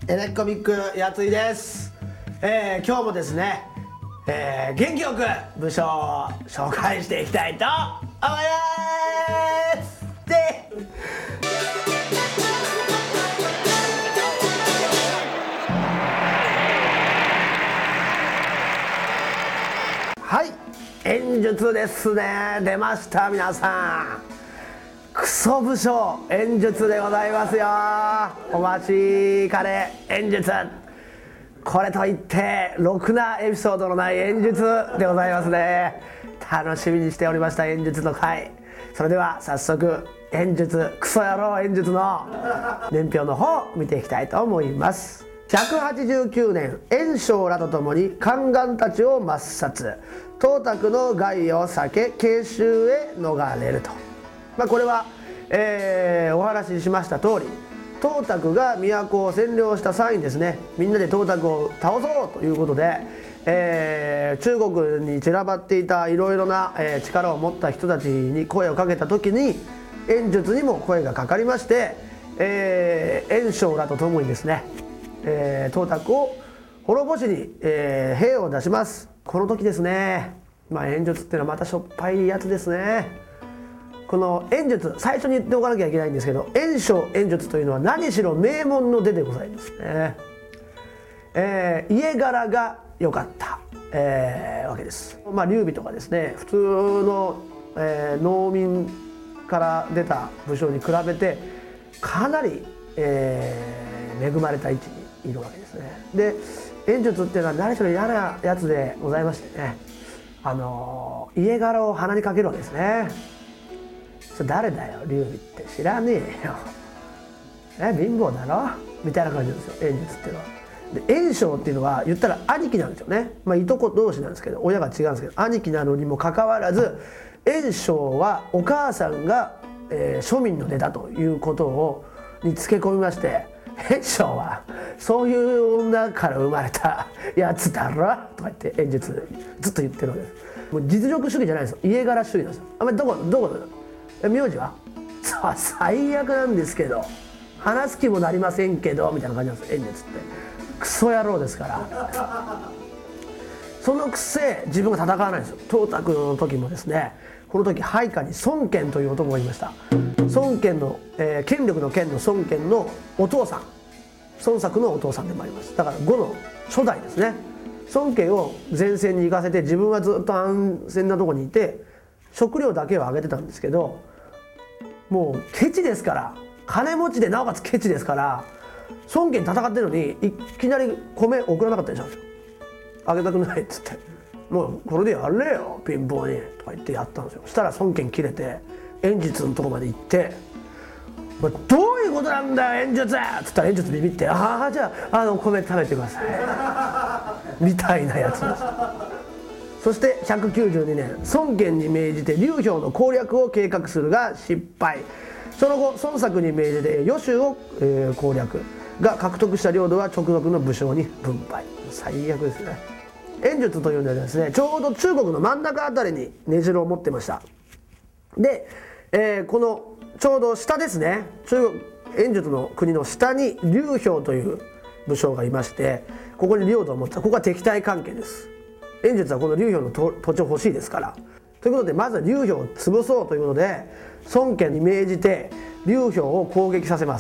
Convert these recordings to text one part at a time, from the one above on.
エレコミックやついです。今日もですね、元気よく部署を紹介していきたいと思いますではい、演術ですね。出ました皆さん。クソ武将演術でございますよ。お待ちかね演術。これといってろくなエピソードのない演術でございますね。楽しみにしておりました演術の回。それでは早速演術クソ野郎演術の年表の方を見ていきたいと思います。189年袁紹らとともに宦官たちを抹殺、董卓の害を避け慶州へ逃れると。これは、お話ししました通り、董卓が都を占領した際にですね、みんなで董卓を倒そうということで、中国に散らばっていたいろいろな、力を持った人たちに声をかけた時に演術にも声がかかりまして、袁紹らとともにですね、董卓を滅ぼしに、兵を出します。この時ですね、演術っていうのはまたしょっぱいやつですね。この演術、最初に言っておかなきゃいけないんですけど、袁紹演術というのは何しろ名門の出でございますね。家柄が良かった、わけです。劉備とかですね、普通の、農民から出た武将に比べてかなり、恵まれた位置にいるわけですね。で、演術っていうのは何しろ嫌なやつでございましてね、家柄を鼻にかけるわけですね。誰だよ劉備って知らねえよ、貧乏だろみたいな感じなんですよ演術っていうのは。で袁紹っていうのは言ったら兄貴なんですよね。いとこ同士なんですけど、親が違うんですけど兄貴なのにもかかわらず袁紹はお母さんが、庶民の出だということにつけ込みまして、袁紹はそういう女から生まれたやつだろとか言って演術ずっと言ってるわけです。もう実力主義じゃないですよ、家柄主義なんですよ。どこ名字は最悪なんですけど話す気もなりませんけどみたいな感じなんですよ演術って。クソ野郎ですから。そのくせ自分が戦わないんですよ。董卓の時もですね、この時配下に孫権という男がいました。孫権の、権力の権の孫権のお父さん、孫作のお父さんでもあります。だから呉の初代ですね。孫権を前線に行かせて自分はずっと安全なとこにいて食料だけをあげてたんですけど、もうケチですから、金持ちでなおかつケチですから、孫権戦ってるのにいきなり米送らなかったりしたんですよ。あげたくないっつって、もうこれでやれよ貧乏にとか言ってやったんですよ。そしたら孫権切れて演術のとこまで行って「どういうことなんだよ演術!」っつったら演術ビビって「ああじゃあ米食べてください」みたいなやつです。そして192年孫権に命じて劉氷の攻略を計画するが失敗。その後孫作に命じて豫州を、攻略が獲得した領土は直属の武将に分配。最悪ですね。演術というのはですね、ちょうど中国の真ん中あたりに根城を持ってました。で、このちょうど下ですね、中国演術の国の下に劉氷という武将がいまして、ここに領土を持った。ここは敵対関係です。演術はこの劉氷の土地を欲しいですから。ということでまずは劉氷を潰そうということで孫権に命じて劉氷を攻撃させます。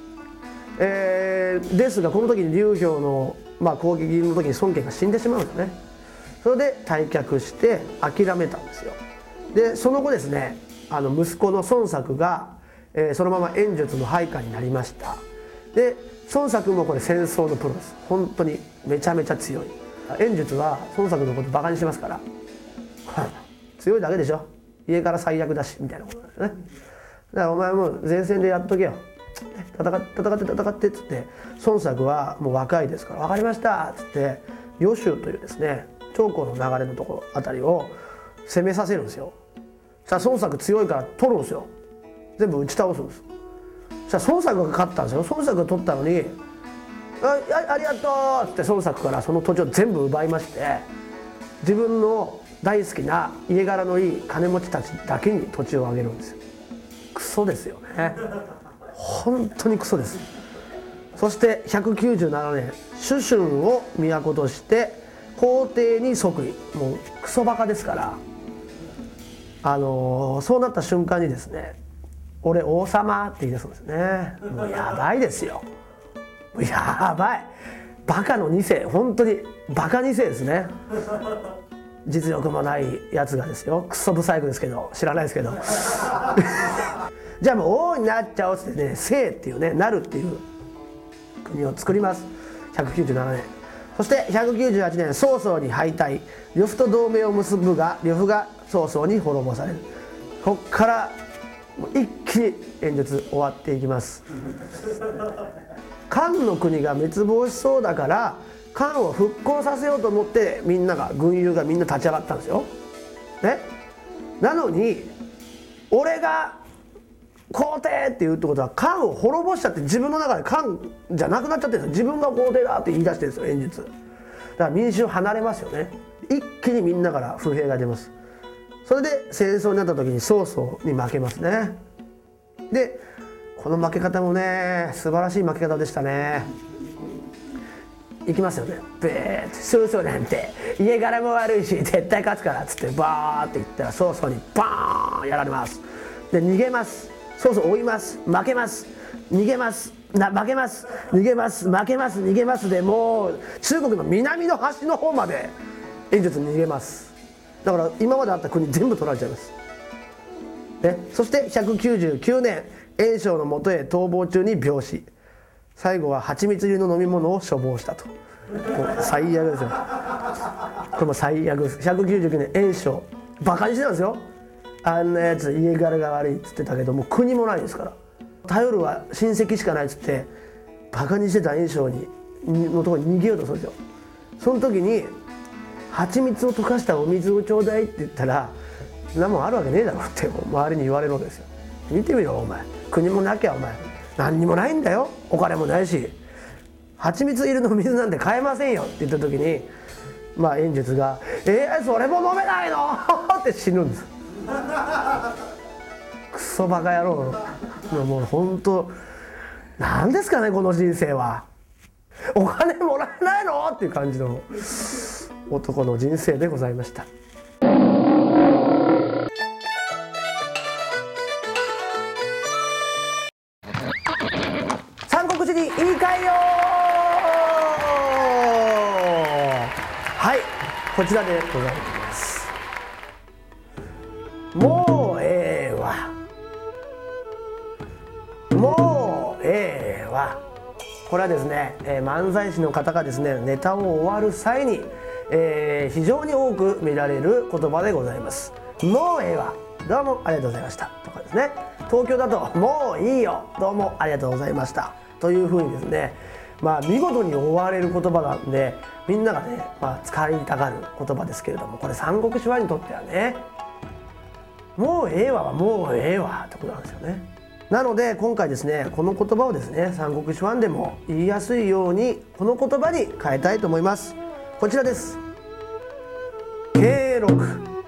ですがこの時に劉氷の、攻撃の時に孫権が死んでしまうんですね。それで退却して諦めたんですよ。でその後ですね、息子の孫作が、そのまま演術の配下になりました。で孫作もこれ戦争のプロです。本当にめちゃめちゃ強い。演術は孫作のことバカにしてますから強いだけでしょ、家から最悪だしみたいなことなんですね。だからお前も前線でやっとけよ、戦ってっつって、孫作はもう若いですから分かりましたっつって豫州というですね長江の流れのところあたりを攻めさせるんですよ。そしたら孫作強いから取るんですよ。全部打ち倒すんです。そしたら孫作が勝ったんですよ。孫作が取ったのにありがとうって孫作からその土地を全部奪いまして、自分の大好きな家柄のいい金持ちたちだけに土地をあげるんですよ。クソですよね。本当にクソです。 そして197年主春を都として皇帝に即位。もうクソバカですから、そうなった瞬間にですね、俺王様って言い出そうですね。もうやばいですよ、もうやばい、バカの2世、本当にバカ2世ですね。実力もないやつがですよ、クソブサイクですけど、知らないですけどじゃあもう王になっちゃおうっつってね、姓っていうね、なるっていう国を作ります。197年。そして198年曹操に敗退、呂布と同盟を結ぶが呂布が曹操に滅ぼされる。ここからもう一気に演説終わっていきます。漢の国が滅亡しそうだから漢を復興させようと思ってみんなが軍友がみんな立ち上がったんですよ。ね、なのに俺が皇帝って言うってことは漢を滅ぼしたって自分の中で漢じゃなくなっちゃってるんですよ。自分が皇帝だって言い出してるんですよ、演説。だから民衆離れますよね。一気にみんなから不平が出ます。それで戦争になった時に曹操に負けますね。でこの負け方もね素晴らしい負け方でしたね。いきますよね。ベーッて曹操なんて家柄も悪いし絶対勝つからっつってバーって言ったら曹操にバーンやられます。で逃げます。曹操追います。負けます。逃げます。負けます。逃げます。負けます。逃げますでもう中国の南の端の方まで演説に逃げます。だから今まであった国全部取られちゃいます。ね、そして199年袁紹のもとへ逃亡中に病死。最後は蜂蜜入りの飲み物を処方したと。もう最悪ですよ。これも最悪です。199年袁紹バカにしてたんですよ。あんなやつ家柄が悪いっつってたけどもう国もないですから、頼るは親戚しかないっつってバカにしてた袁紹のところに逃げようとするんですよ。その時に蜂蜜を溶かしたお水をちょうだいって言ったら、そんなもんあるわけねえだろって周りに言われるわけですよ。見てみろお前、国もなきゃお前何にもないんだよ、お金もないし蜂蜜入りの水なんて買えませんよって言った時に、まあ演説がそれも飲めないのって死ぬんです。クソバカ野郎。もう本当なんですかねこの人生は。お金もらえないのっていう感じの男の人生でございました。三国志に言い換えよう。はい、こちらでございます。もうええわ、もうええわ。これはですね、漫才師の方がですねネタを終わる際に、非常に多く見られる言葉でございます。もうええわ、どうもありがとうございましたとかですね。東京だともういいよ、どうもありがとうございましたというふうにですね、まあ見事に終われる言葉なんでみんながね、使いたがる言葉ですけれども、これ三国志ファンにとってはね、もうええわはもうええわってことなんですよね。なので今回ですねこの言葉をですね三国志ファンでも言いやすいようにこの言葉に変えたいと思います。こちらです。敬録。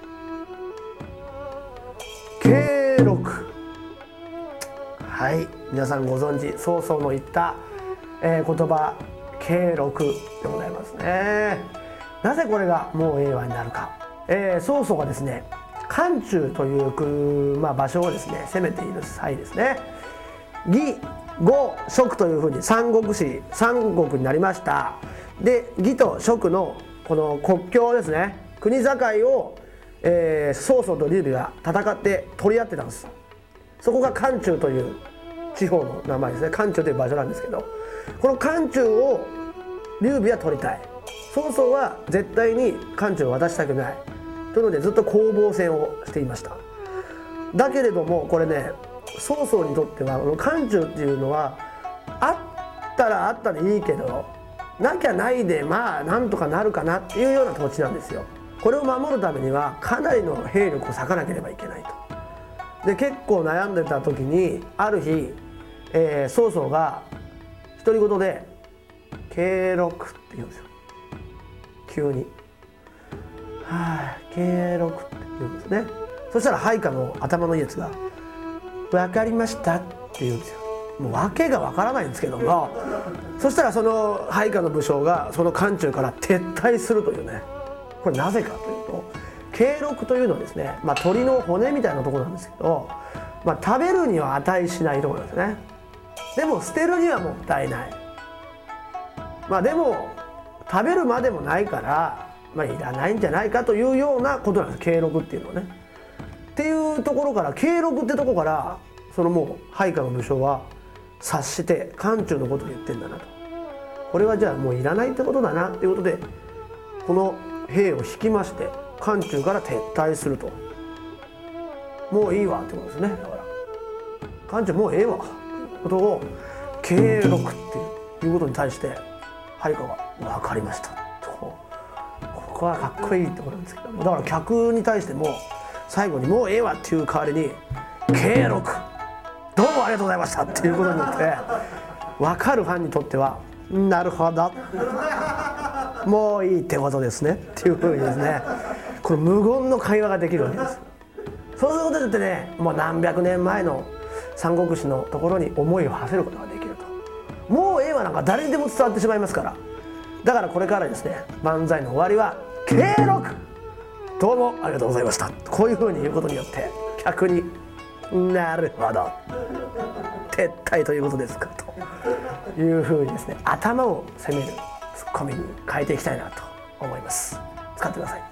敬録。はい、皆さんご存知曹操の言った、言葉敬録でございますね。なぜこれがもうええわになるか。曹操がですね漢中という、場所をですね攻めている際ですね、魏呉蜀というふうに三国になりました。で魏と蜀のこの国境ですね、国境を、曹操と劉備が戦って取り合ってたんです。そこが漢中という地方の名前ですね。漢中という場所なんですけど、この漢中を劉備は取りたい、曹操は絶対に漢中を渡したくないというのでずっと攻防戦をしていました。だけれどもこれね曹操にとっては漢中っていうのはあったらあったでいいけどなきゃないでなんとかなるかなっていうような土地なんですよ。これを守るためにはかなりの兵力を割かなければいけないと。で結構悩んでた時にある日、曹操が独り言で「敬録」って言うんですよ、急に。敬録って言うんですね。そしたら配下の頭のいいやつが「分かりました」って言うんですよ。 もう訳がわからないんですけども、そしたらその配下の武将がその漢中から撤退するというね。これなぜかというと、慶禄というのはですね、鳥の骨みたいなところなんですけど、食べるには値しないところなんですね。でも捨てるにはもったいない。でも食べるまでもないから、いらないんじゃないかというようなことなんです、慶禄っていうのはね。っていうところから、慶禄ってとこからそのもう配下の武将は察して漢中のことを言ってんだなと。これはじゃあもういらないってことだなっていうことで、この兵を引きまして漢中から撤退すると。もういいわってことですね。だから漢中もうええわことを慶禄っていうことに対して配下が分かりましたと。ここはかっこいいってことなんですけども、だから客に対しても最後にもうええわっていう代わりに慶禄どうもありがとうございましたっていうことによって分かるファンにとってはなるほどもういいってことですねっていうふうにですね、この無言の会話ができるわけです。そうすることによってね、もう何百年前の三国志のところに思いを馳せることができると。もうええわなんか誰にでも伝わってしまいますから。だからこれからですね、漫才の終わりは慶禄どうもありがとうございました、こういうふうに言うことによって客になるほど撤退ということですかというふうにですね、頭を攻めるツッコミに変えていきたいなと思います。使ってください。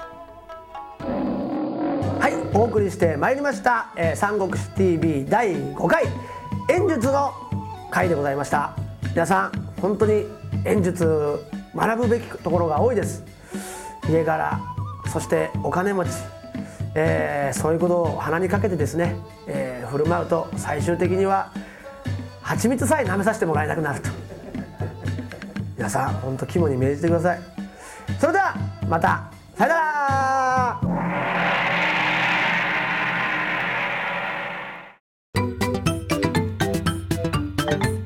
はい、お送りしてまいりました「三国志 TV」第5回演術の回でございました。皆さん本当に演術学ぶべきところが多いです。家柄、そしてお金持ち、そういうことを鼻にかけてですね、振る舞うと最終的には蜂蜜さえ舐めさせてもらえなくなると。皆さん本当肝に銘じてください。それではまた、さよなら。